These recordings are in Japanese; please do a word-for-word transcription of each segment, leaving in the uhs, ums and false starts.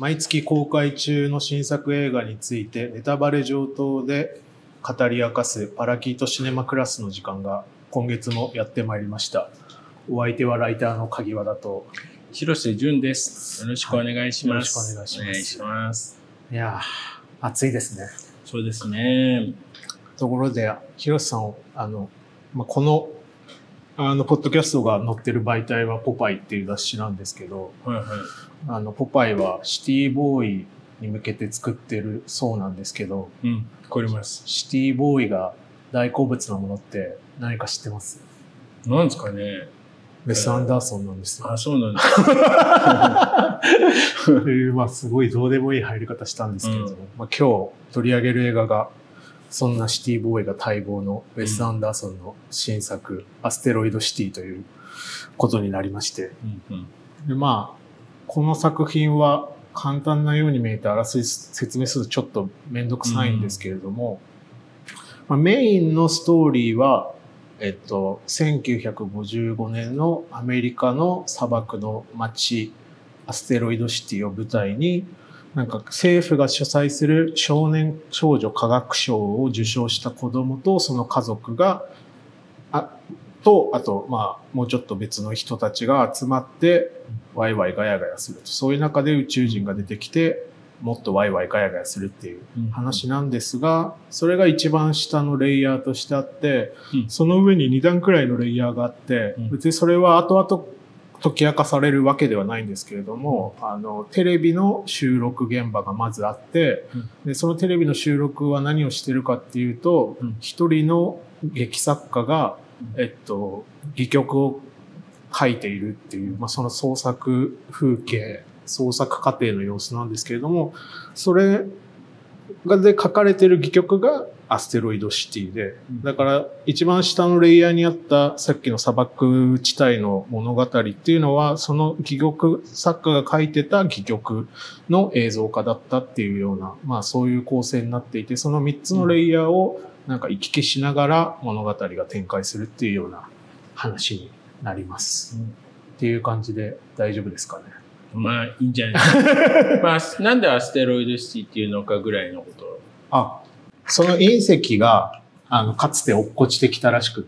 毎月公開中の新作映画についてネタバレ上等で語り明かすパラキートシネマクラスの時間が今月もやってまいりました。お相手はライターの鍵和田と広瀬淳です。よろしくお願いします。 はい、よろしくお願いします。 お願いします。 いやー、暑いですね。 そうですね。 ところで、広瀬さん、あの、まあ、この、あの、ポッドキャストが載ってる媒体はポパイっていう雑誌なんですけど、 はいはい。 あの、ポパイはシティボーイに向けて作ってるそうなんですけど、 うん、わかります。 シティボーイが大好物なものって何か知ってます？ なんですかね。 ウェス・アンダーソンなんですよ。 あ、そうなんですか。 という、まあ、すごいどうでもいい入り方したんですけれども、うん、まあ、今日取り上げる映画が、そんなシティボーイが待望のウェス・アンダーソンの新作、うん、アステロイドシティということになりまして、うんうん、でまあ、この作品は簡単なように見えてあらすじ説明するとちょっとめんどくさいんですけれども、うんまあ、メインのストーリーは、えっと、せんきゅうひゃくごじゅうごねんのアメリカの砂漠の町、アステロイドシティを舞台に、なんか政府が主催する少年少女科学賞を受賞した子供とその家族が、あと、あと、まあ、もうちょっと別の人たちが集まって、ワイワイガヤガヤすると。そういう中で宇宙人が出てきて、もっとワイワイガヤガヤするっていう話なんですが、それが一番下のレイヤーとしてあって、その上にに段くらいのレイヤーがあって、別にそれは後々解き明かされるわけではないんですけれども、あの、テレビの収録現場がまずあって、で、そのテレビの収録は何をしてるかっていうと、一人の劇作家が、えっと、戯曲を書いているっていう、まあ、その創作風景、創作過程の様子なんですけれども、それがで書かれている戯曲がアステロイドシティで、だから一番下のレイヤーにあったさっきの砂漠地帯の物語っていうのは、その戯曲作家が書いてた戯曲の映像化だったっていうような、まあそういう構成になっていて、そのみっつのレイヤーをなんか行き来しながら物語が展開するっていうような話になります。うん、っていう感じで大丈夫ですかね。 まあいいんじゃないですか。まあなんでアステロイドシティっていうのかぐらいのこと。 あ、その隕石があのかつて落っこちてきたらしくって、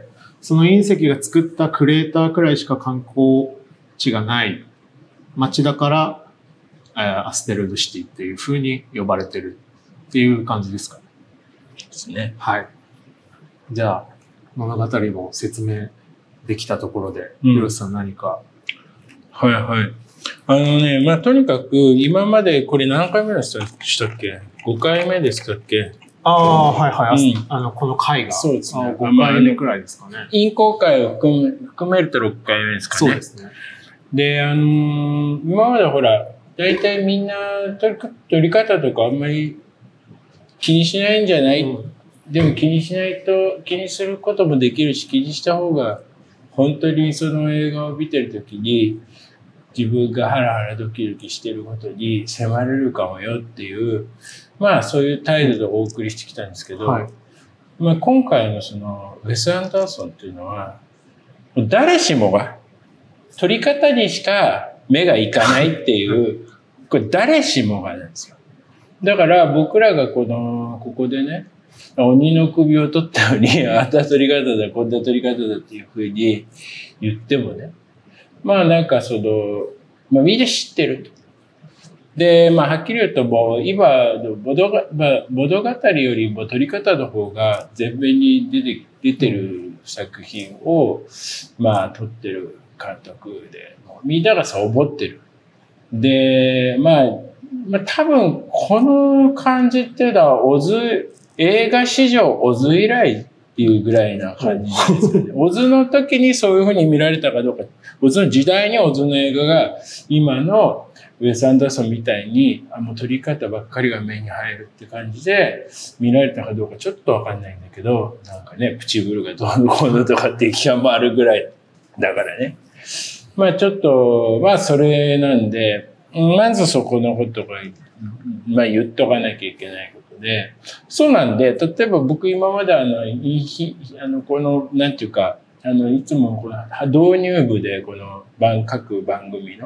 その隕石が作ったクレーターくらいしか観光地がない街だから、えー、アステロイドシティっていう風に呼ばれてるっていう感じですかね。 ですね。 はい。じゃあ物語も説明できたところで、ヒロシさん何か、 うん、はいはい。あのね、まあ、とにかく、今まで、これ何回目でしたっけ ?ご 回目でしたっけああ、はいはい。うん、あの、この回が。 そうですね。 ごかいめくらいですかね。 イン公開を含め、含めるとろっかいめですかね。 そうですね。 で、あのー、今までほら、だいたいみんな撮り、撮り方とかあんまり気にしないんじゃない、うん、でも気にしないと、気にすることもできるし、気にした方が、本当にその映画を見てるときに、自分がハラハラドキドキしてることに迫れるかもよっていう、まあそういう態度でお送りしてきたんですけど、はい、まあ今回のそのウェス・アンダーソンっていうのは、誰しもが撮り方にしか目がいかないっていう、これ誰しもがなんですよ。だから僕らがこの、ここでね、鬼の首を取ったのに、あんな撮り方だ、こんな撮り方だっていうふうに言ってもね、まあなんかその、まあみんな知ってると。で、まあはっきり言うともう今の物語、まあ、物語よりも撮り方の方が前面に出て、出てる作品を、まあ撮ってる監督で、みんながそう思ってる。で、まあ、まあ多分この感じっていうのはオズ、映画史上オズ以来っていうぐらいな感じなんですよね。オズの時にそういう風に見られたかどうか。オズの時代にオズの映画が今のウェス・アンダーソンみたいにあもう撮り方ばっかりが目に入るって感じで見られたかどうかちょっとわかんないんだけど、なんかね、プチブルがどうのこうのとかって批判もあるぐらいだからね。まあちょっと、まあそれなんで、まずそこのことが、まあ言っとかなきゃいけないことで、そうなんで、例えば僕今まであの、いいあの、この、なんていうか、あの、いつもこの導入部でこの番、各番組の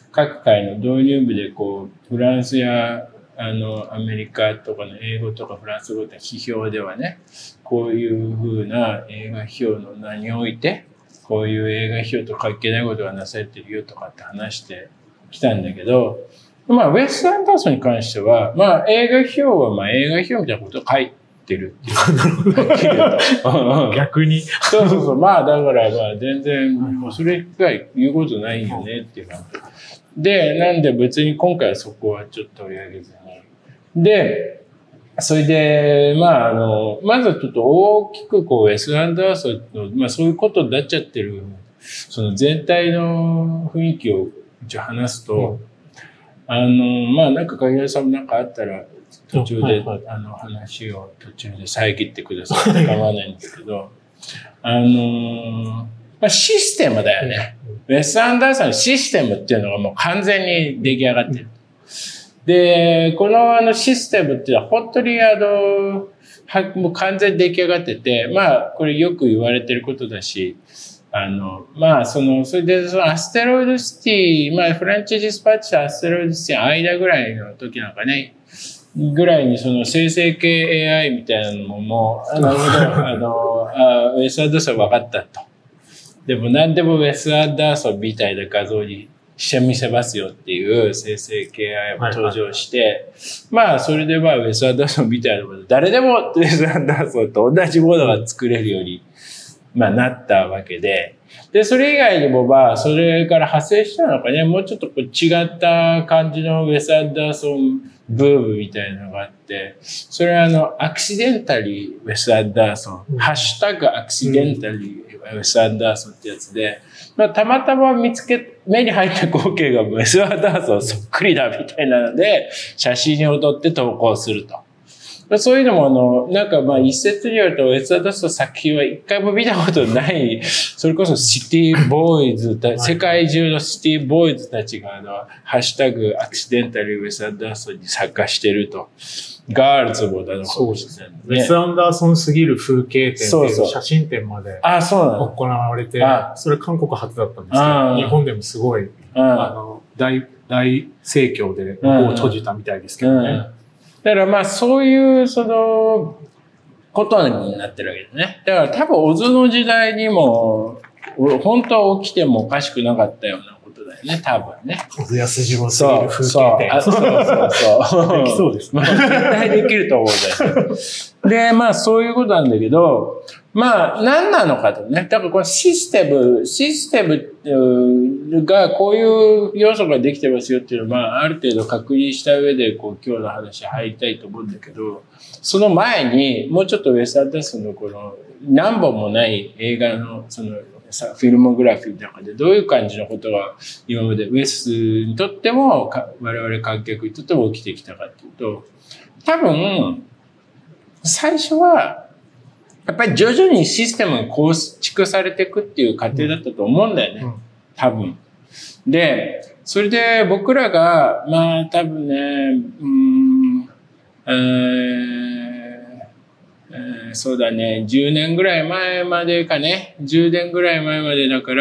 各界の導入部でこう、フランスやあのアメリカとかの英語とかフランス語の批評ではね、こういう風な映画批評の名において、こういう映画批評と関係ないことがなされてるよとかって話してきたんだけど、まあ、ウェス・アンダーソンに関しては、まあ、映画批評は、まあ、映画批評みたいなことを書いてるっていう。 逆に。 そうそうそう。まあ、だから、まあ、全然、もうそれ以外言うことないよねっていう感じ。で、なんで別に今回はそこはちょっと取り上げずに。で、それで、まあ、あの、まずちょっと大きくこう、ウェス・アンダーソンの、まあ、そういうことになっちゃってる、その全体の雰囲気を一応話すと、うん、あの、まあ、なんか影山さんもなんかあったら、途中で、はいはい、あの、話を途中で遮ってください。構わないんですけど、あの、まあ、システムだよね。ウェス・アンダーソンのシステムっていうのがもう完全に出来上がってる。で、このあのシステムっていうのは本当にあの、はもう完全に出来上がってて、まあ、これよく言われてることだし、あの、まあ、その、それで、そのアステロイドシティ、まあ、フレンチディスパッチとアステロイドシティの間ぐらいの時なんかね、ぐらいにその生成系 エーアイ みたいなのももう、なるほど、あの、あウェス・アンダーソン分かったと。でも何でもウェス・アンダーソンみたいな画像にしてみせますよっていう生成系 エーアイ も登場して、はいはい、まあ、それでまあ、ウェス・アンダーソンみたいなもの、誰でもウェス・アンダーソンと同じものが作れるように、まあ、なったわけで、で、それ以外にもまあ、それから派生したのかね、もうちょっとこう違った感じのウェス・アンダーソンブームみたいなのがあって、それはあの、アクシデンタリーウェス・アンダーソン、うん、ハッシュタグアクシデンタリーウェス・アンダーソンってやつで、まあ、たまたま見つけ、目に入った光景がウェス・アンダーソンそっくりだみたいなので、写真を撮って投稿すると。そういうのも、あの、なんかまあ一説によると、ウェス・アンダーソンの作品は一回も見たことない、それこそシティボーイズ、世界中のシティボーイズたちが、あの、ハッシュタグアクシデンタリーウェス・アンダーソンに参加してると。ガールズもなのかもしれない、ね。 ウェス・アンダーソンすぎる風景展っていう写真展まで行われて、それ韓国初だったんですけど、日本でもすごい、あの、大、大盛況で向こうを閉じたみたいですけどね。うんうんだからまあそういうそのことになってるわけですね。だから多分オズの時代にも本当は起きてもおかしくなかったようなことだよね、多分ね。 小津安二郎すぎる風景展。 そうそうそうそう。 できそうですね。 まあ絶対できると思うんだよね。で、まあそういうことなんだけど、まあ何なのかとね。だからこのシステム、システムがこういう要素ができてますよっていうのは、まあある程度確認した上でこう今日の話入りたいと思うんだけど、その前にもうちょっとウェス・アンダーソンのこの何本もない映画のそのフィルモグラフィーの中でどういう感じのことが今までウェスにとっても我々観客にとっても起きてきたかっていうと、多分最初はやっぱり徐々にシステムが構築されていくっていう過程だったと思うんだよね、多分。で、それで僕らがまあ多分ね、うーん、えーえー、そうだね、じゅうねんぐらい前までかね、じゅうねんぐらい前までだから、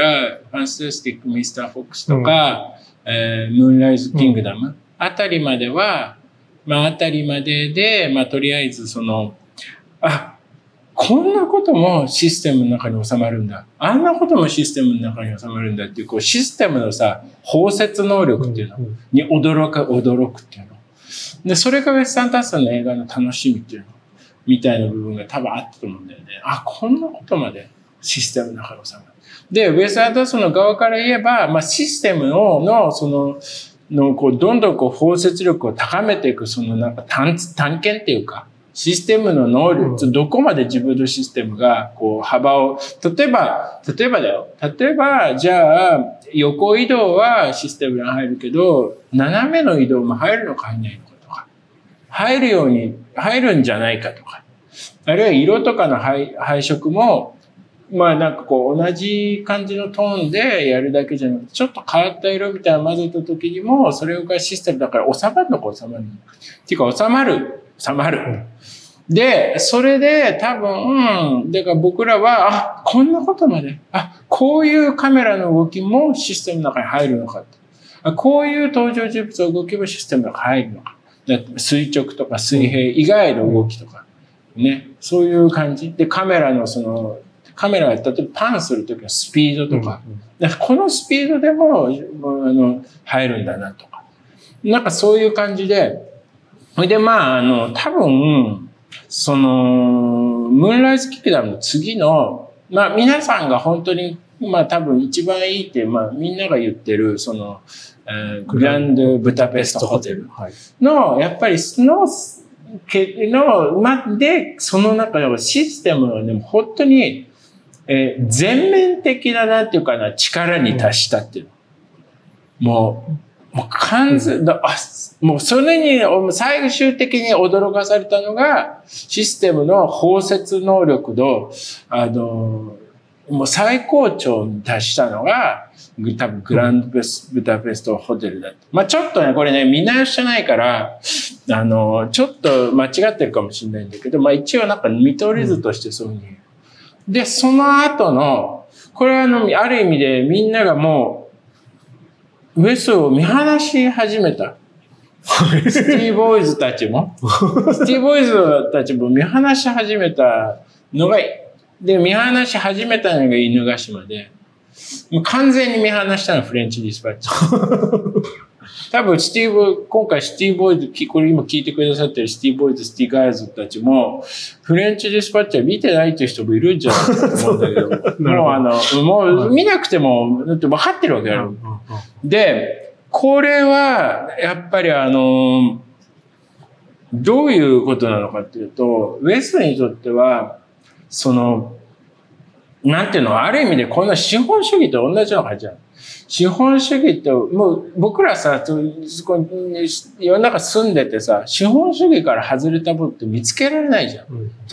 ファンスタスティック・ミスター・フォックスとか、うんえー、ムーンライズ・キングダム、うん、あたりまでは、まああたりまでで、まあとりあえずその、あ、こんなこともシステムの中に収まるんだ。あんなこともシステムの中に収まるんだっていう、こうシステムのさ、包摂能力っていうのに驚く、驚くっていうの。で、それがウェス・アンダーソンの映画の楽しみっていうの。みたいな部分が多分あったと思うんだよね。あ、こんなことまでシステムの中に収まる。で、ウェス・アンダーソンの側から言えば、まあシステムの、の、その、の、こう、どんどんこう、包摂力を高めていく、そのなんか探、探検っていうか、システムの能力、うん、どこまで自分のシステムが、こう、幅を、例えば、例えばだよ。例えば、じゃあ、横移動はシステムに入るけど、斜めの移動も入るのか入んないのかとか、入るように、入るんじゃないかとか、あるいは色とかの配、配色も、まあなんかこう、同じ感じのトーンでやるだけじゃなくて、ちょっと変わった色みたいなの混ぜた時にも、それがシステムだから収まるのか収まるのか。っていうか、収まる。収まる。うんで、それで多分、うん、だから僕らは、あ、こんなことまで、あ、こういうカメラの動きもシステムの中に入るのかと。 こういう登場人物を動けばシステムが入るのか。垂直とか水平以外の動きとか、ね。そういう感じ。で、カメラのその、カメラが例えばパンするときのスピードとか、だからこのスピードでも、あの、入るんだなとか。なんかそういう感じで、で、まあ、あの、多分、その、ムーンライズキングダムの次の、まあ、皆さんが本当に、まあ、多分一番いいって、まあ、みんなが言ってる、その、えー、グランドブダペストホテルの、やっぱり、その、の、ま、で、その中のシステムはね、本当に、えー、全面的な、なんていうかな、力に達したっていうの。もう、もう完全だ、あ、もうそれに最終的に驚かされたのが、システムの包摂能力の、あの、もう最高潮に達したのが、多分グランドブダペストホテルだった。まあちょっとね、これね、見直してないから、あの、ちょっと間違ってるかもしれないんだけど、まあ一応なんか見取り図としてそういうふうに。で、その後の、これはあの、ある意味でみんながもう、ウェスを見放し始めた。スティーボーイズたちも。スティーボーイズたちも見放し始めたのが、で、見放し始めたのが犬ヶ島で、もう完全に見放したのはフレンチディスパッチ。多分スティーブ、今回スティーボーイズ、これ今聞いてくださってるスティーボーイズ、スティーガーズたちも、フレンチディスパッチは見てないっていう人もいるんじゃないかと思うんだけど、もうあの、もう見なくても、だって分かってるわけだよ。で、これは、やっぱりあの、どういうことなのかっていうと、ウェスにとっては、その、なんていうの、ある意味でこんな資本主義と同じような感じなの。資本主義って、もう僕らさ、そこに世の中住んでてさ、資本主義から外れたものって見つけられないじゃん。うん、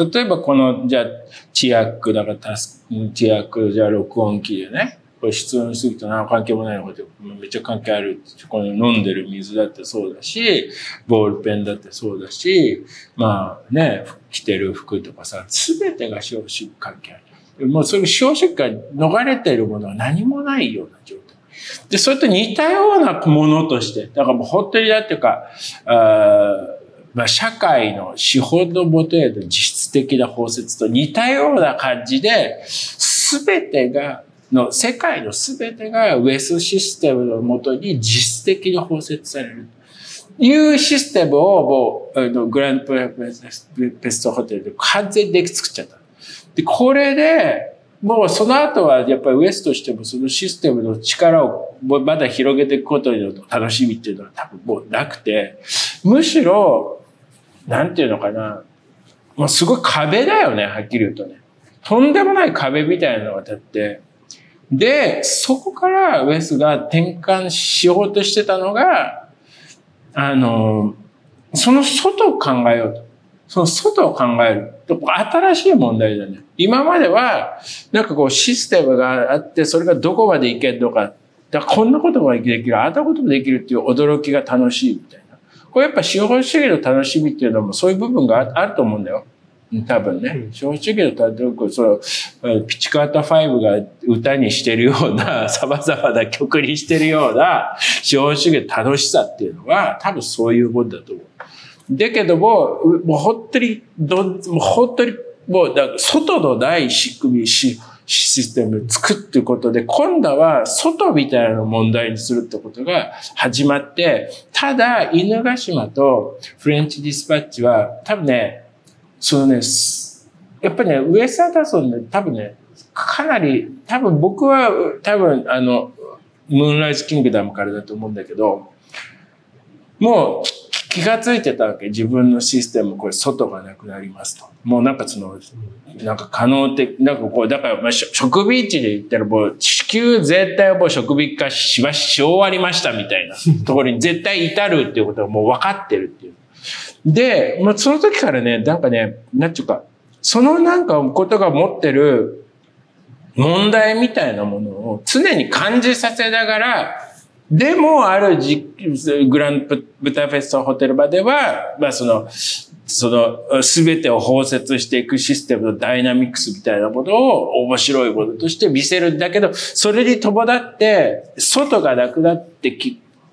例えばこの、じゃあ、チアックだからタスク、チアック、じゃあ録音機でね、これ室温すぎと何の関係もないのかって、めっちゃ関係ある。この飲んでる水だってそうだし、ボールペンだってそうだし、まあね、着てる服とかさ、すべてが資本主義関係ある。もうそういう資本主義から逃れているものは何もないような状態。で、それと似たようなものとして、だからもう本当にだっていうか、あまあ、社会の資本のもとへの実質的な包摂と似たような感じで、すべてが、の世界のすべてがウェスシステムのもとに実質的に包摂される。いうシステムをもう、あのグランドペストホテルで完全にでき作っちゃった。で、これで、もうその後はやっぱりウエスとしてもそのシステムの力をまだ広げていくことの楽しみっていうのは多分もうなくて、むしろ、なんていうのかな、もうすごい壁だよね、はっきり言うとね。とんでもない壁みたいなのが立って、で、そこからウエスが転換しようとしてたのが、あの、その外を考えようと。その外を考える。新しい問題だね。今までは、なんかこうシステムがあって、それがどこまでいけるのか。だからこんなこともできる、あんなこともできるっていう驚きが楽しいみたいな。これやっぱ資本主義の楽しみっていうのもそういう部分があると思うんだよ。多分ね。うん、資本主義の楽しみ、その、ピチカータファイブが歌にしてるような、様々な曲にしてるような資本主義の楽しさっていうのは、多分そういうもんだと思う。だけども、もう本当に、ど、もう本当に、もう、だ外のない仕組み、システムを作っていくことで、今度は外みたいな問題にするってことが始まって、ただ、犬ヶ島とフレンチディスパッチは、多分ね、そのね、やっぱりね、ウエス・アンダーソンね、多分ね、かなり、多分僕は、多分、あの、ムーンライズ・キングダムからだと思うんだけど、もう、気がついてたわけ。自分のシステム、これ外がなくなりますと。もうなんかその、なんか可能的、なんかこう、だからまあ植民地で言ったらもう地球全体をもう植民化しまし、し終わりましたみたいなところに絶対至るっていうことがもう分かってるっていう。で、まあその時からね、なんかね、なんていうか、そのなんかことが持ってる問題みたいなものを常に感じさせながら、でも、あるじ、グランブダペストホテルまでは、まあその、その、すべてを包摂していくシステムのダイナミックスみたいなものを面白いものとして見せるんだけど、それに伴って、外がなくなってき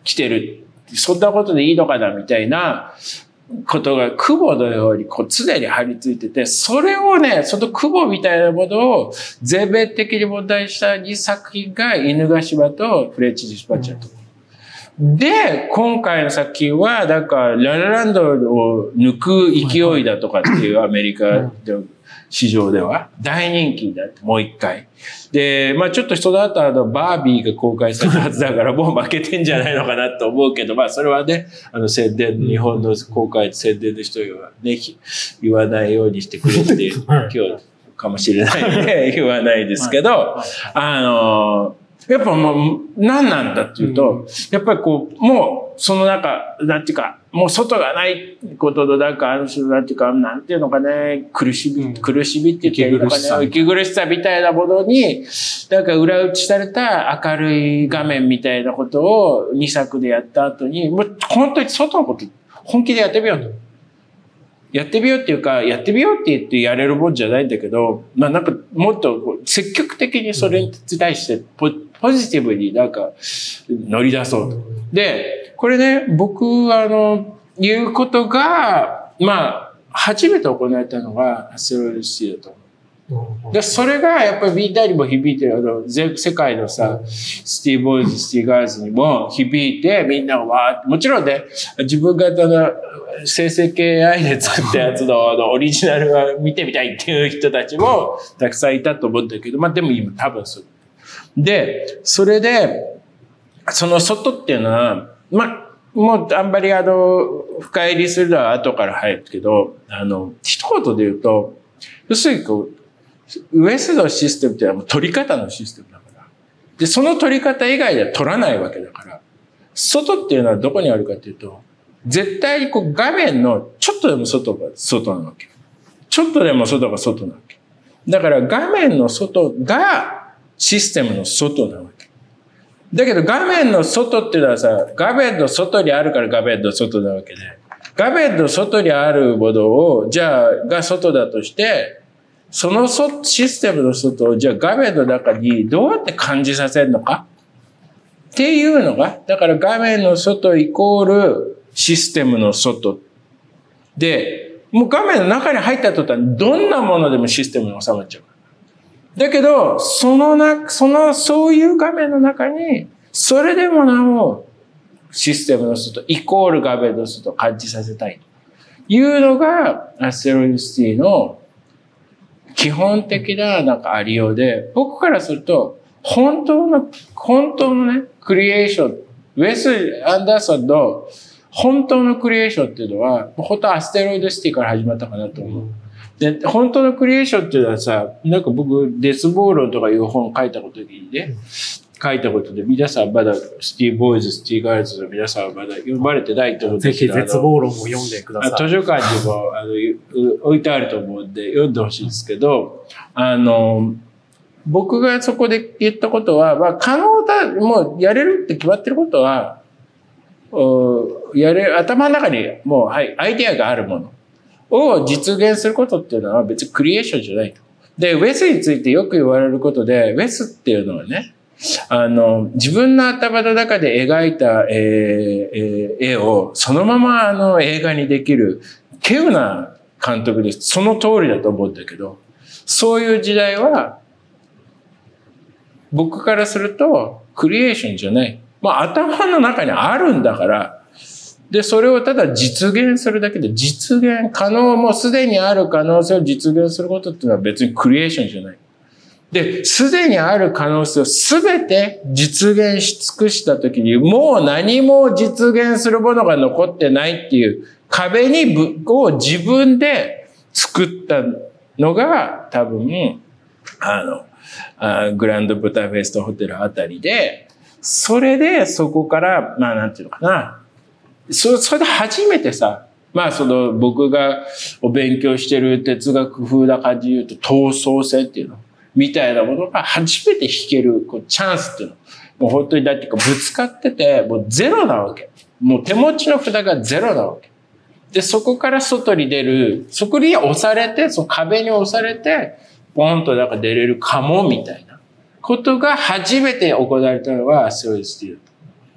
来てる。そんなことでいいのかなみたいなことが雲のようにこう常に張り付いてて、それをね、その雲みたいなものを全面的に問題したにさく品が犬ヶ島とフレンチディスパッチだと。で、今回の作品は、なんか、ララランドを抜く勢いだとかっていうアメリカの市場では大人気だって、もう一回。で、まあちょっとその後あの、バービーが公開されたはずだからもう負けてんじゃないのかなと思うけど、まあそれはね、あの宣伝、日本の公開宣伝の人がね、言わないようにしてくれて、今日かもしれないので言わないですけど、あの、やっぱもう何なんだっていうと、やっぱりこう、もうその中、なんていうか、もう外がないことのなんか、ある種なんていうか、なんていうのかね、苦しみ、苦しみって言ってるのかね、息苦しさみたいなものに、なんか裏打ちされた明るい画面みたいなことをにさくでやった後に、もう本当に外のこと本気でやってみようと。やってみようっていうか、やってみようって言ってやれるもんじゃないんだけど、まあなんかもっと積極的にそれに対してポ、ポジティブになんか乗り出そうと。で、これね、僕、あの、言うことが、まあ、初めて行われたのがアステロイドシティだと思う。で、それがやっぱりみんなにも響いてる、あの、全世界のさ、シティボーイズ、シティガールズにも響いて、みんながわーって、もちろんね、自分があの、生成系 エーアイ で作ったやつのあのオリジナルは見てみたいっていう人たちもたくさんいたと思うんだけど、まあでも今多分そう。で、それで、その外っていうのは、まあ、もうあんまりあの、深入りするのは後から入るけど、あの、一言で言うと、要するにこう、ウエスのシステムっていうのはもう取り方のシステムだから。で、その取り方以外では取らないわけだから、外っていうのはどこにあるかっていうと、絶対にこう画面のちょっとでも外が外なわけ。ちょっとでも外が外なわけ。だから画面の外がシステムの外なわけ。だけど画面の外っていうのはさ、画面の外にあるから画面の外なわけで、画面の外にあるものを、じゃあが外だとして、そのシステムの外をじゃあ画面の中にどうやって感じさせるのかっていうのが、だから画面の外イコールシステムの外で、もう画面の中に入った途端にどんなものでもシステムに収まっちゃう。だけど、そのな、その、そういう画面の中に、それでもなおシステムの外イコール画面の外を感じさせたいというのがアステロイドシティの基本的ななんかありようで、僕からすると、本当の、本当のね、クリエーション、ウェス・アンダーソンの本当のクリエーションっていうのは、本当アステロイドシティから始まったかなと思う。で、本当のクリエーションっていうのはさ、なんか僕、デスボーロンとかいう本を書いたことにね、書いたことで、皆さんまだシティボーイズ、シティガールズの皆さんはまだ読まれてないと思うんですけど、 ぜひ絶望論を読んでください。 図書館にもあの置いてあると思うんで、読んでほしいんですけど、あの、僕がそこで言ったことは、まあ、可能だ、もうやれるって決まってることは、やれ、頭の中にもう、はい、アイデアがあるものを実現することっていうのは別にクリエーションじゃないと。で、ウェスについてよく言われることで、ウェスっていうのはね、あの、自分の頭の中で描いた、えーえー、絵をそのままあの映画にできる、稀有な監督です。その通りだと思うんだけど、そういう時代は、僕からすると、クリエーションじゃない。まあ、頭の中にあるんだから、で、それをただ実現するだけで、実現可能、もうすでにある可能性を実現することっていうのは別にクリエーションじゃない。で、すでにある可能性をすべて実現し尽くしたときに、もう何も実現するものが残ってないっていう壁にぶ、を自分で作ったのが多分、あの、あグランドブタペストホテルあたりで、それでそこから、まあなんていうのかな、そ, それで初めてさ、まあその僕がお勉強してる哲学風な感じで言うと、闘争戦っていうのみたいなものが初めて弾けるこうチャンスっていうの。もう本当にだってかぶつかってて、もうゼロなわけ。もう手持ちの札がゼロなわけ。で、そこから外に出る、そこに押されて、その壁に押されて、ポンとなんか出れるかもみたいなことが初めて行われたのがアステロイドシティだった。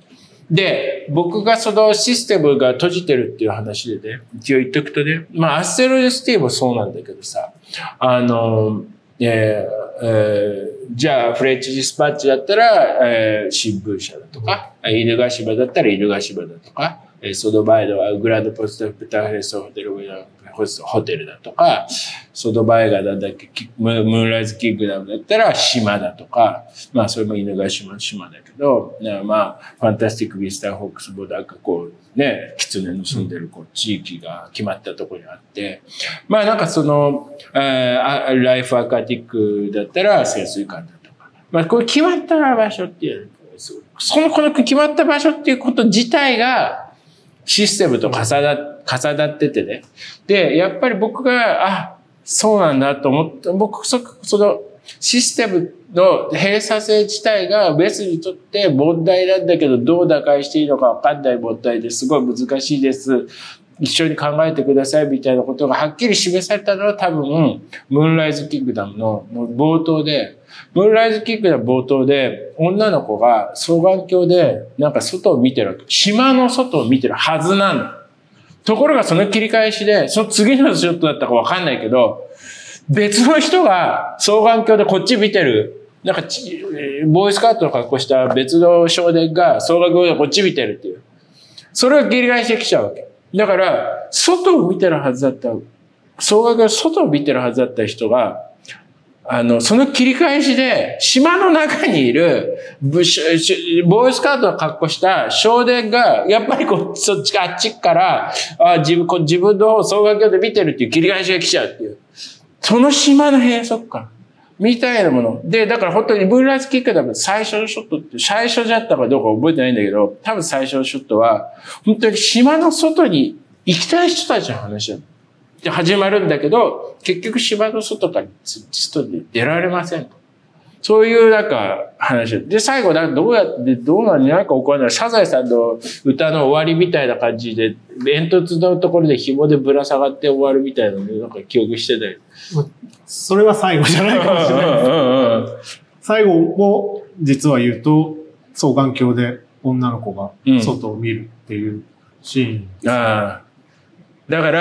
で、僕がそのシステムが閉じてるっていう話でね、一応言っとくとね、まあ、アステロイドシティもそうなんだけどさ、あの、えーえー、じゃあ、フレンチディスパッチだったら、えー、新聞社だとか、犬ヶ島だったら犬ヶ島だとか、えー、その前のグランドポストプターフェストホテル、ホテルだとか、その前がなんだっけ、ムーンライズキングダムだったら島だとか、まあそれも犬ヶ島の島だけど、まあファンタスティック・ミスター・ホックスもなんかこうね、狐の住んでるこう地域が決まったところにあって、まあなんかその、えー、ライフアカティックだったら潜水艦だとか、まあこれ決まった場所っていう、そのこの決まった場所っていうこと自体がシステムと重なって、重なっててね。で、やっぱり僕が、あ、そうなんだと思って、僕、そ、その、システムの閉鎖性自体がベスにとって問題なんだけど、どう打開していいのかわかんない問題ですごい難しいです。一緒に考えてくださいみたいなことがはっきり示されたのは多分、ムーンライズキングダムの冒頭で、ムーンライズキングダム冒頭で、女の子が双眼鏡でなんか外を見てる、島の外を見てるはずなの。ところがその切り返しで、その次のショットだったかわかんないけど、別の人が双眼鏡でこっち見てる、なんかボーイスカートの格好した別の少年が双眼鏡でこっち見てるっていう。それが切り返してきちゃうわけ。だから、外を見てるはずだった、双眼鏡の外を見てるはずだった人が、あの、その切り返しで、島の中にいる、ボーイスカートの格好した少年が、やっぱりこっち、そっち、あっちから、あ自分、自分の双眼鏡で見てるっていう切り返しが来ちゃうっていう。その島の閉塞感。みたいなもの。で、だから本当にムーンライズキックダム最初のショットって、最初だったかどうか覚えてないんだけど、多分最初のショットは、本当に島の外に行きたい人たちの話だ。で、始まるんだけど、結局島の外から外で出られませんと。そういうなんか話で、最後だどうやってどうなんじゃないか怒らない。サザエさんの歌の終わりみたいな感じで、煙突のところで紐でぶら下がって終わるみたいなのなんか記憶してたよ。 それは最後じゃないかもしれないです。最後も実は言うと、双眼鏡で女の子が外を見るっていうシーン、 うん。ああ。だから、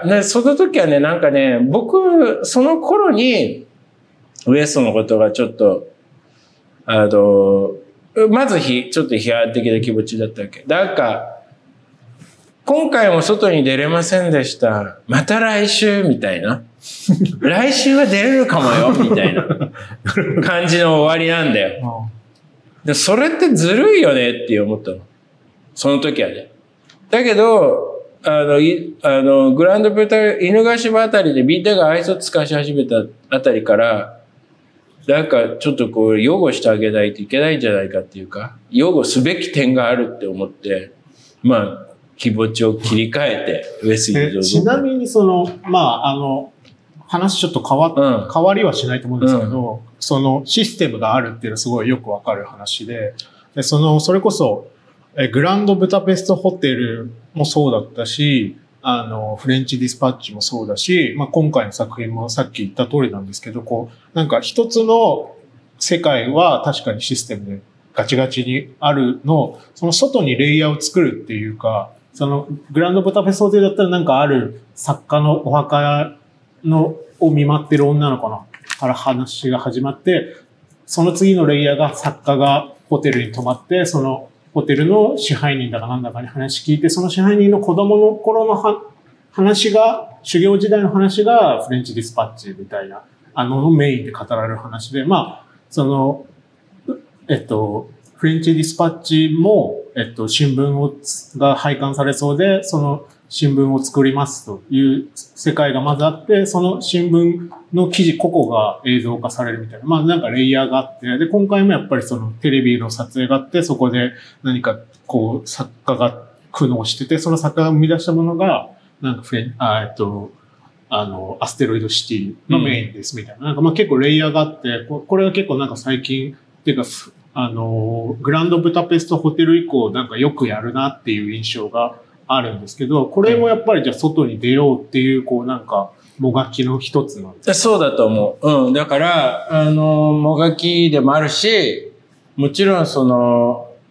ね、その時はね、なんかね、僕、その頃に、ウエストのことがちょっと、あの、まずひ、ちょっと批判的な気持ちだったわけ。なんか、今回も外に出れませんでした。また来週、みたいな。来週は出れるかもよ、みたいな感じの終わりなんだよ。で、それってずるいよねって思ったの。その時はね。だけど、あの、い、あの、グランドブタ、犬ヶ島あたりでみんなが愛想使し始めたあたりから、なんかちょっとこう、擁護してあげないといけないんじゃないかっていうか、擁護すべき点があるって思って、まあ、気持ちを切り替えて、上杉にちなみにその、まあ、あの、話ちょっと変わ、うん、変わりはしないと思うんですけど、うん、そのシステムがあるっていうのはすごいよくわかる話で、で、その、それこそ、えグランドブタペストホテルもそうだったし、あの、フレンチディスパッチもそうだし、まあ、今回の作品もさっき言った通りなんですけど、こう、なんか一つの世界は確かにシステムでガチガチにあるの、その外にレイヤーを作るっていうか、そのグランドブタペストホテルだったらなんかある作家のお墓のを見舞ってる女の子のから話が始まって、その次のレイヤーが作家がホテルに泊まって、そのホテルの支配人だかなんだかに話聞いて、その支配人の子供の頃のは話が、修行時代の話がフレンチディスパッチみたいな、あのメインで語られる話で、まあ、その、えっと、フレンチディスパッチも、えっと、新聞を、が拝観されそうで、その新聞を作りますという世界がまずあって、その新聞の記事個々が映像化されるみたいな。まあなんかレイヤーがあって、で、今回もやっぱりそのテレビの撮影があって、そこで何かこう作家が苦悩してて、その作家が生み出したものが、なんかフレン、あ、えっと、あの、アステロイドシティのメインですみたいな。うん、なんかまあ結構レイヤーがあって、これは結構なんか最近、っていうか、あの、グランドブタペストホテル以降なんかよくやるなっていう印象があるんですけど、これもやっぱりじゃあ外に出ようっていう、こうなんか、もがきの一つなんですか？ そうだと思う。うん。だから、あの、もがきでもあるし、もちろんその、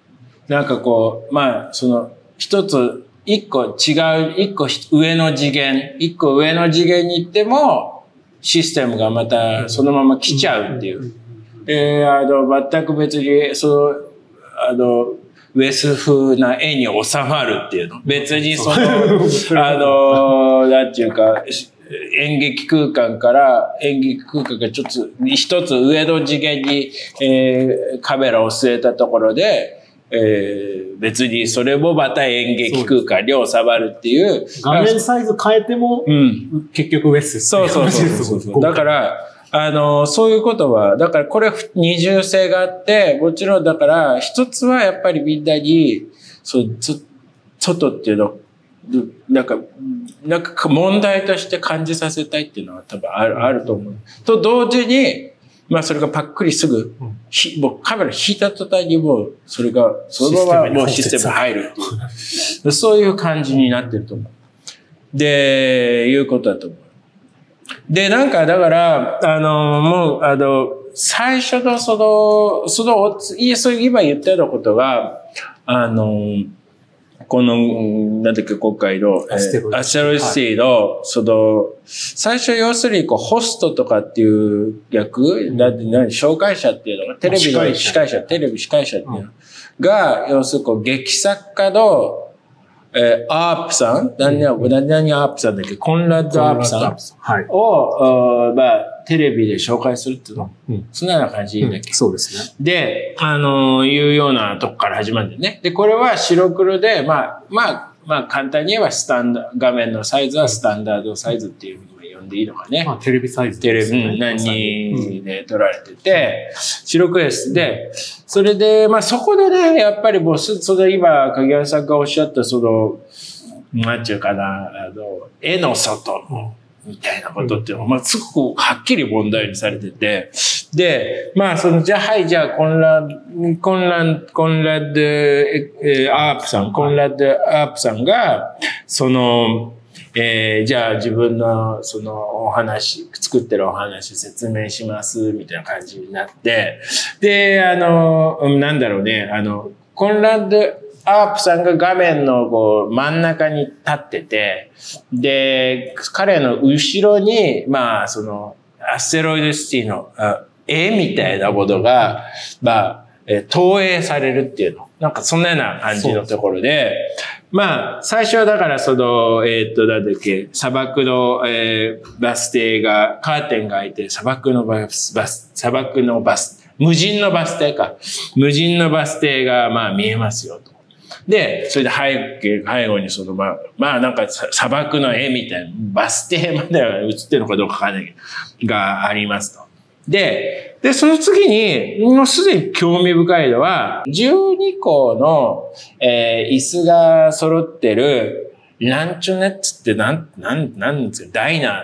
なんかこう、まあ、その、一つ、一個違う、一個上の次元、一個上の次元に行っても、システムがまたそのまま来ちゃうっていう。で、あの、全く別に、その、あの、ウェス風な絵に収まるっていうの。別にその、あの、なんていうか、演劇空間から演劇空間がちょっと一つ上の次元に、えー、カメラを据えたところで、えー、別にそれもまた演劇空間に収まるっていう。 画面サイズ変えても、うん、結局ウェスってそうそうそうそう。だから、あの、そういうことは、だからこれ二重性があって、もちろんだから、一つはやっぱりみんなに、そう、外っていうの、なんか、なんか問題として感じさせたいっていうのは多分ある、あると思う。と同時に、まあそれがパックリすぐ、ひもうカメラ引いた途端にもう、それが、そのままもうシステムに入るっていう。そういう感じになってると思う。で、いうことだと思う。で、なんか、だから、あの、もう、あの、最初のその、その、そういう今言ったようなことが、あの、この、なんだっけ、今回の、アステロイドシティの、その、最初要するに、こう、ホストとかっていう役、なんで、何、紹介者っていうのが、テレビの司会者、テレビ司会者っていうのが、要するに、こう、劇作家の、えー、アープさん何々、何々アープさんだっけコンラッドアープさんを、まあ、テレビで紹介するっていうの。うん、そんなような感じだっけ、うん、 そうですね。 で、あのー、いうようなとこから始まるんだよね。で、これは白黒で、まあ、まあ、まあ、簡単に言えばスタンダード、画面のサイズはスタンダードサイズっていうふうに呼んでいいのかね。 まあ、テレビサイズテレビ、うん、何で撮られてて、白黒です。で、それで、まあそこでね、やっぱりもう、その今、影山さんがおっしゃったその、なんていうかな、あの、絵の外の、みたいなことっていうのは、まあすごくはっきり問題にされてて、で、まあその、じゃあ、はい、じゃあ、コンラッド、コンラッド、コンラッド、えー、アープさん、コンラッドアープさんが、その、えー、じゃあ自分のそのお話、作ってるお話説明します、みたいな感じになって、で、あの、なんだろうね、あの、コンラッドアープさんが画面のこう真ん中に立ってて、で、彼の後ろに、まあ、その、アステロイドシティの絵みたいなものが、まあ、投影されるっていうの。なんかそんなような感じのところで、まあ、最初はだからその、えっと、なんだっけ、砂漠の、えー、バス停が、カーテンが開いて、砂漠のバス、バス、砂漠のバス、無人のバス停か。無人のバス停が、まあ見えますよと。で、それで背景、背後にその、まあ、まあなんか砂漠の絵みたいな、バス停までは映ってるのかどうかわかんないけど、がありますと。で、で、その次に、もうすでに興味深いのは、じゅうにこの、えー、椅子が揃ってる、ランチョネッツってなん、なん、なんですか、ダイナーって、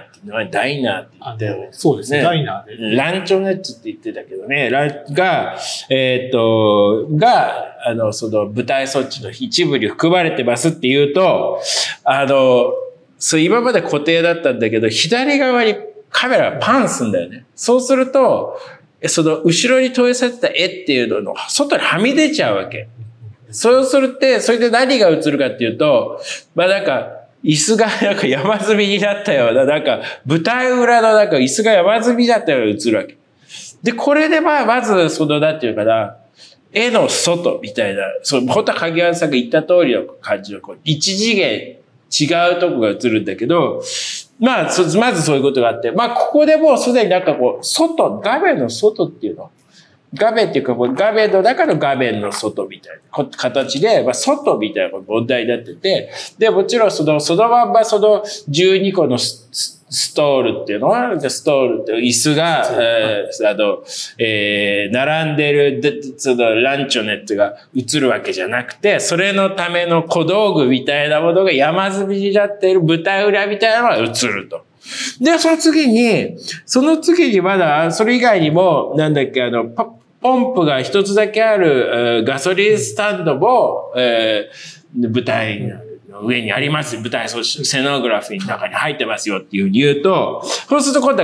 ダイナーって言ってる、ね。 そうですね、ダイナーで。 ランチョネッツって言ってたけどね、ラが、えー、っと、が、あの、その舞台装置の一部に含まれてますって言うと、あの、そう、今まで固定だったんだけど、左側にカメラがパンすんだよね。そうすると、その後ろに投影されてた絵っていうのの外にはみ出ちゃうわけ。そうするって、それで何が映るかっていうと、まあなんか、椅子がなんか山積みになったような、なんか舞台裏のなんか椅子が山積みになったように映るわけ。で、これでまあまずそのなんていうかな、絵の外みたいな、そう、本当は影山さんが言った通りの感じの、こう、一次元違うとこが映るんだけど、まあ、まずそういうことがあって、まあ、ここでもうすでになんかこう、外、画面の外っていうの。画面っていうか、画面の中の画面の外みたいな形で、まあ、外みたいな問題になってて、で、もちろんその、そのまんまそのじゅうにこのストールっていうのは、ストールって椅子が、えー、あの、えー、並んでる、そのランチョネットが映るわけじゃなくて、それのための小道具みたいなものが山積みになっている舞台裏みたいなのが映ると。で、その次に、その次にまだ、それ以外にも、なんだっけ、あの、ポンプが一つだけある、ガソリンスタンドも、えー、舞台の上にあります。舞台、そう、セノグラフィーの中に入ってますよっていうふうに言うと、そうすると今度は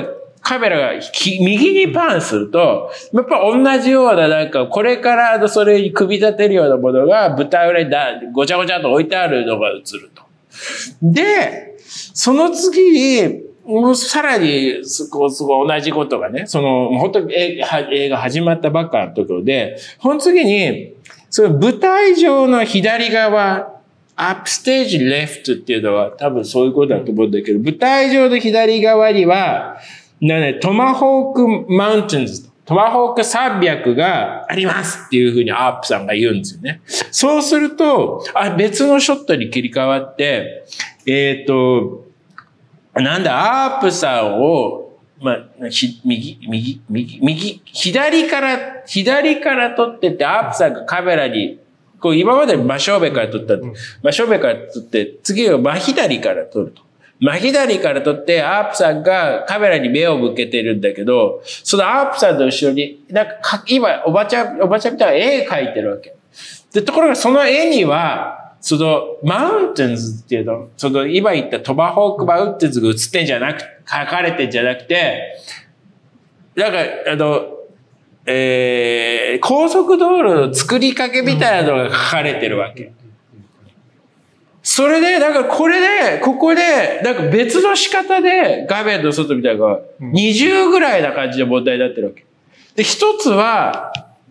カメラが右にパンすると、やっぱ同じようななんか、これからそれに組み立てるようなものが舞台裏にだごちゃごちゃと置いてあるのが映ると。で、その次に、もうさらに、すごい同じことがね、その、本当に映画始まったばっかのところで、その次に、その舞台上の左側、アップステージレフトっていうのは多分そういうことだと思うんだけど、舞台上の左側には、なね、トマホークマウンテンズ、トマホーク山脈がありますっていうふうにアップさんが言うんですよね。そうすると、あ、別のショットに切り替わって、えっと、なんだ、アープさんを、まあ、ひ、右、右、右、右、左から、左から撮ってて、アープさんがカメラに、こう、今まで真正面から撮った、真正面から撮って、次は真左から撮ると。真左から撮って、アープさんがカメラに目を向けてるんだけど、そのアープさんの後ろに、なんか、今、おばちゃん、おばちゃんみたいな絵描いてるわけ。で、ところがその絵には、その、マウンテンズっていうの、その、今言ったトマホークマウンテンズが映ってんじゃなく、書かれてんじゃなくて、なんか、あの、えー、高速道路の作りかけみたいなのが書かれてるわけ。それで、だからこれで、ここで、なんか別の仕方で画面の外みたいなのがにじゅうぐらいな感じの問題になってるわけ。で、一つは、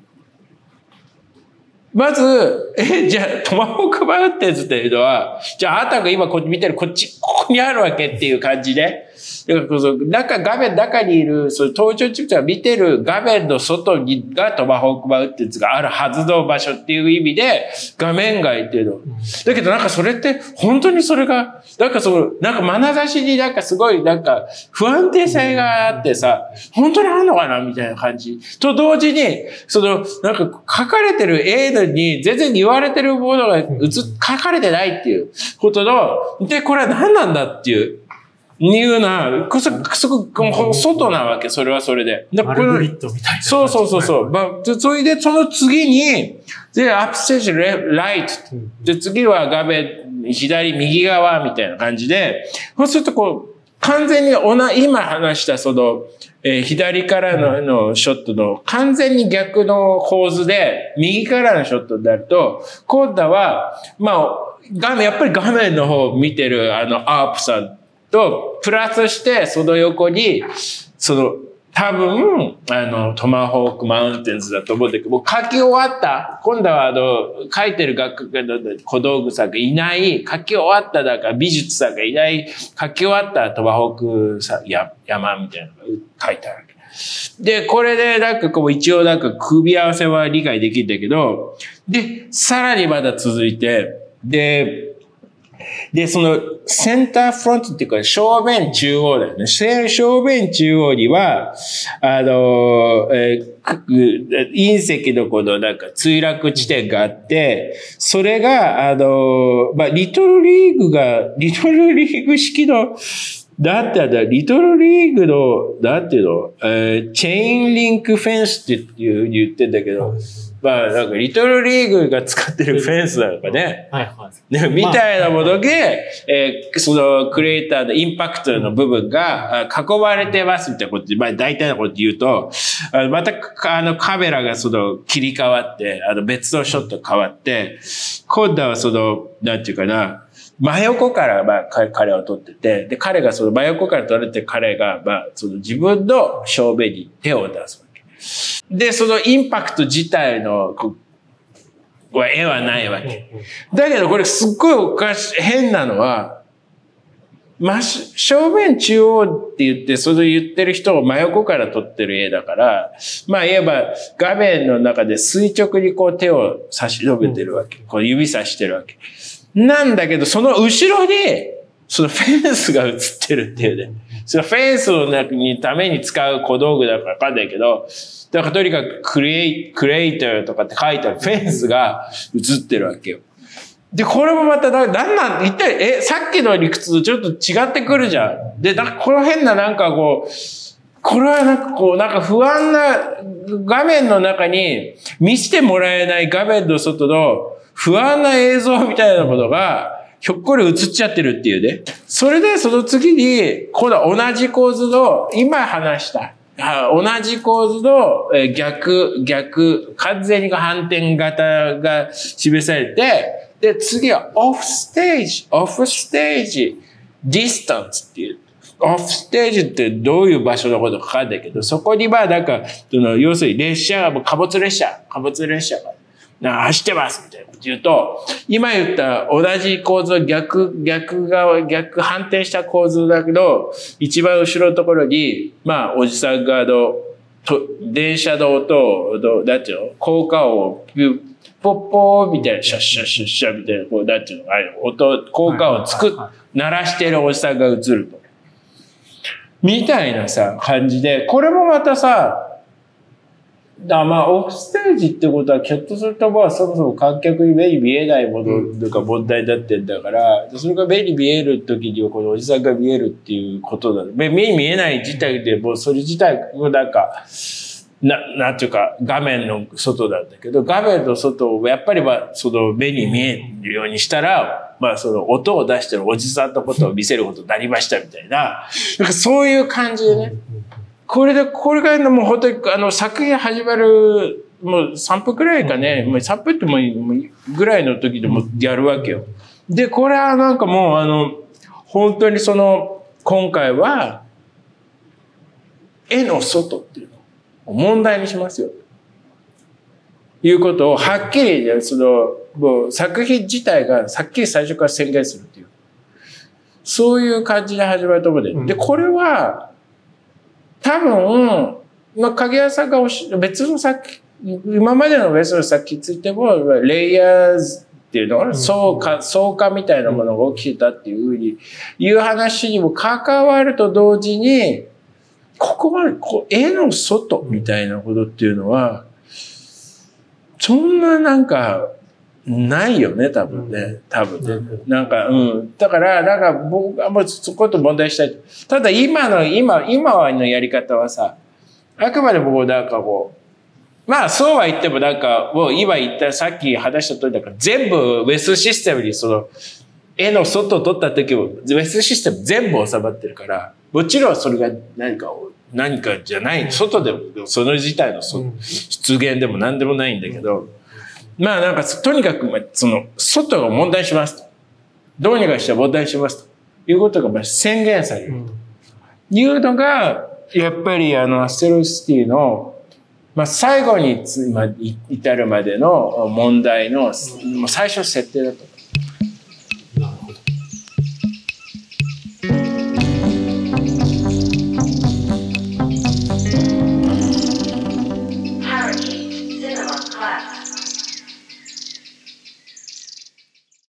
まず、え、じゃあ、トマホークマウンテンズっていうのは、じゃあ、あなたが今こっち見てる、こっち、ここにあるわけっていう感じで、だからその中、画面の中にいる、その登場人物が見てる画面の外にがトマホークマウンテンズがあるはずの場所っていう意味で、画面外っていうの。だけどなんかそれって、本当にそれが、なんかその、なんか眼差しになんかすごいなんか不安定性があってさ、本当にあんのかなみたいな感じ。と同時に、その、なんか書かれてる絵に全然言われてるものが映っ、書かれてないっていうことの、で、これは何なんだっていう。いうな、くそ、くそ、外なわけ、それはそれで。 マルグリットみたいな。 そうそうそうそう。まあ、それで、その次に、で、アップステージライト。で、次は画面、左、右側みたいな感じで、そうするとこう、完全におな、今話したその、えー、左からの、のショットの完全に逆の構図で、右からのショットになると、今度は、まあ、画面、やっぱり画面の方を見てる、あの、アープさん、と、プラスして、その横に、その、多分、あの、トマホークマウンテンズだと思うんだけど、もう書き終わった、今度はあの、書いてる学の小道具さんがいない、書き終わっただから美術さんがいない、書き終わったトマホークさん、や、山みたいなのが書いてあるわけ。で、これでなんかこう一応なんか組み合わせは理解できるんだけど、で、さらにまだ続いて、で、で、そのセンターフロントっていうか正面中央だよね。正面中央には、あの、えー、隕石のこのなんか墜落地点があって、それが、あの、まあ、リトルリーグが、リトルリーグ式の、だってだ、リトルリーグの、なんていうの、えー、チェインリンクフェンスっていう言ってんだけど、まあ、なんか、リトルリーグが使ってるフェンスなのかね。はいはい。ね、みたいなもので、えー、その、クリエイターのインパクトの部分が囲まれてますみたいなことで、まあ、大体のこと言うと、あのまた、あの、カメラがその、切り替わって、あの、別のショット変わって、今度はその、なんていうかな、真横から、まあ、彼を撮ってて、で、彼がその真横から撮れて彼が、まあ、その自分の正面に手を出すわけ。で、そのインパクト自体の、こう、絵はないわけ。だけど、これすっごいおかしい、変なのは、真正面中央って言って、それ言ってる人を真横から撮ってる絵だから、まあ言えば画面の中で垂直にこう手を差し伸べてるわけ。こう指差してるわけ。なんだけど、その後ろに、そのフェンスが映ってるっていうね。そのフェンスの中にために使う小道具だからわかんないけど、だからとにかくクリエイ、クリエイターとかって書いてあるフェンスが映ってるわけよ。で、これもまた、なんなん、一体、え、さっきの理屈とちょっと違ってくるじゃん。で、なんかこの変ななんかこう、これはなんかこう、なんか不安な画面の中に見せてもらえない画面の外の不安な映像みたいなものがひょっこり映っちゃってるっていうね。それでその次に、今度は同じ構図の、今話した、同じ構図の逆、逆、完全に反転型が示されて、で、次はオフステージ、オフステージ、ディスタンスっていう。オフステージってどういう場所のことかわかんないけど、そこにまあなんか、その要するに列車が、貨物列車、貨物列車が走ってますみたいなこと言うと、今言った同じ構図、逆、逆側、逆反転した構図だけど、一番後ろのところに、まあおじさんがあの、と電車の音を、なんていうの効果音をピュッ、ポッポーみたいな、シャッシャッシャッシャッみたいな、こう、なんていうのあれ、音、効果音を作っ、鳴らしてるおじさんが映ると。みたいなさ、感じで、これもまたさ、だまあ、オフステージってことは、ひょっとするとまあ、そもそも観客に目に見えないものとか問題になってんだから、それが目に見える時には、このおじさんが見えるっていうことだ。目に見えない自体で、もうそれ自体をなんか、な、なんていうか、画面の外なんだけど、画面の外をやっぱりまあ、その目に見えるようにしたら、まあ、その音を出してるおじさんのことを見せることになりましたみたいな、なんかそういう感じでね。これで、これがもう本当に、あの、作品始まる、もうさんぷんくらいかね、もうさんぷんってもうぐらいの時でもやるわけよ。で、これはなんかもう、あの、本当にその、今回は、絵の外っていうのを問題にしますよ。いうことをはっきり、その、もう作品自体がはっきり最初から宣言するっていう。そういう感じで始まると思うんで。で、これは、多分、まあ、影谷さんがおし別の作品、今までの別の作品についても、レイヤーズっていうのは、相関、相関みたいなものが起きてたっていうふうにいう話にも関わると同時に、ここまで、こう絵の外みたいなことっていうのは、そんななんか、ないよね、多分ね。多分ね。なんか、うん。だから、なんか僕はもうそこと問題したい。ただ今の、今、今のやり方はさ、あくまで僕なんかこう、まあそうは言ってもなんか、もう今言ったさっき話した通りだから全部ウェスシステムにその、絵の外を撮った時も、ウェスシステム全部収まってるから、もちろんそれが何かを、何かじゃない、外でも、その自体の出現でも何でもないんだけど、まあなんか、とにかく、その、外を問題しますと。どうにかして問題しますと。いうことが宣言される。というのが、やっぱりあの、アステロシティの、まあ最後に至るまでの問題の、最初設定だと。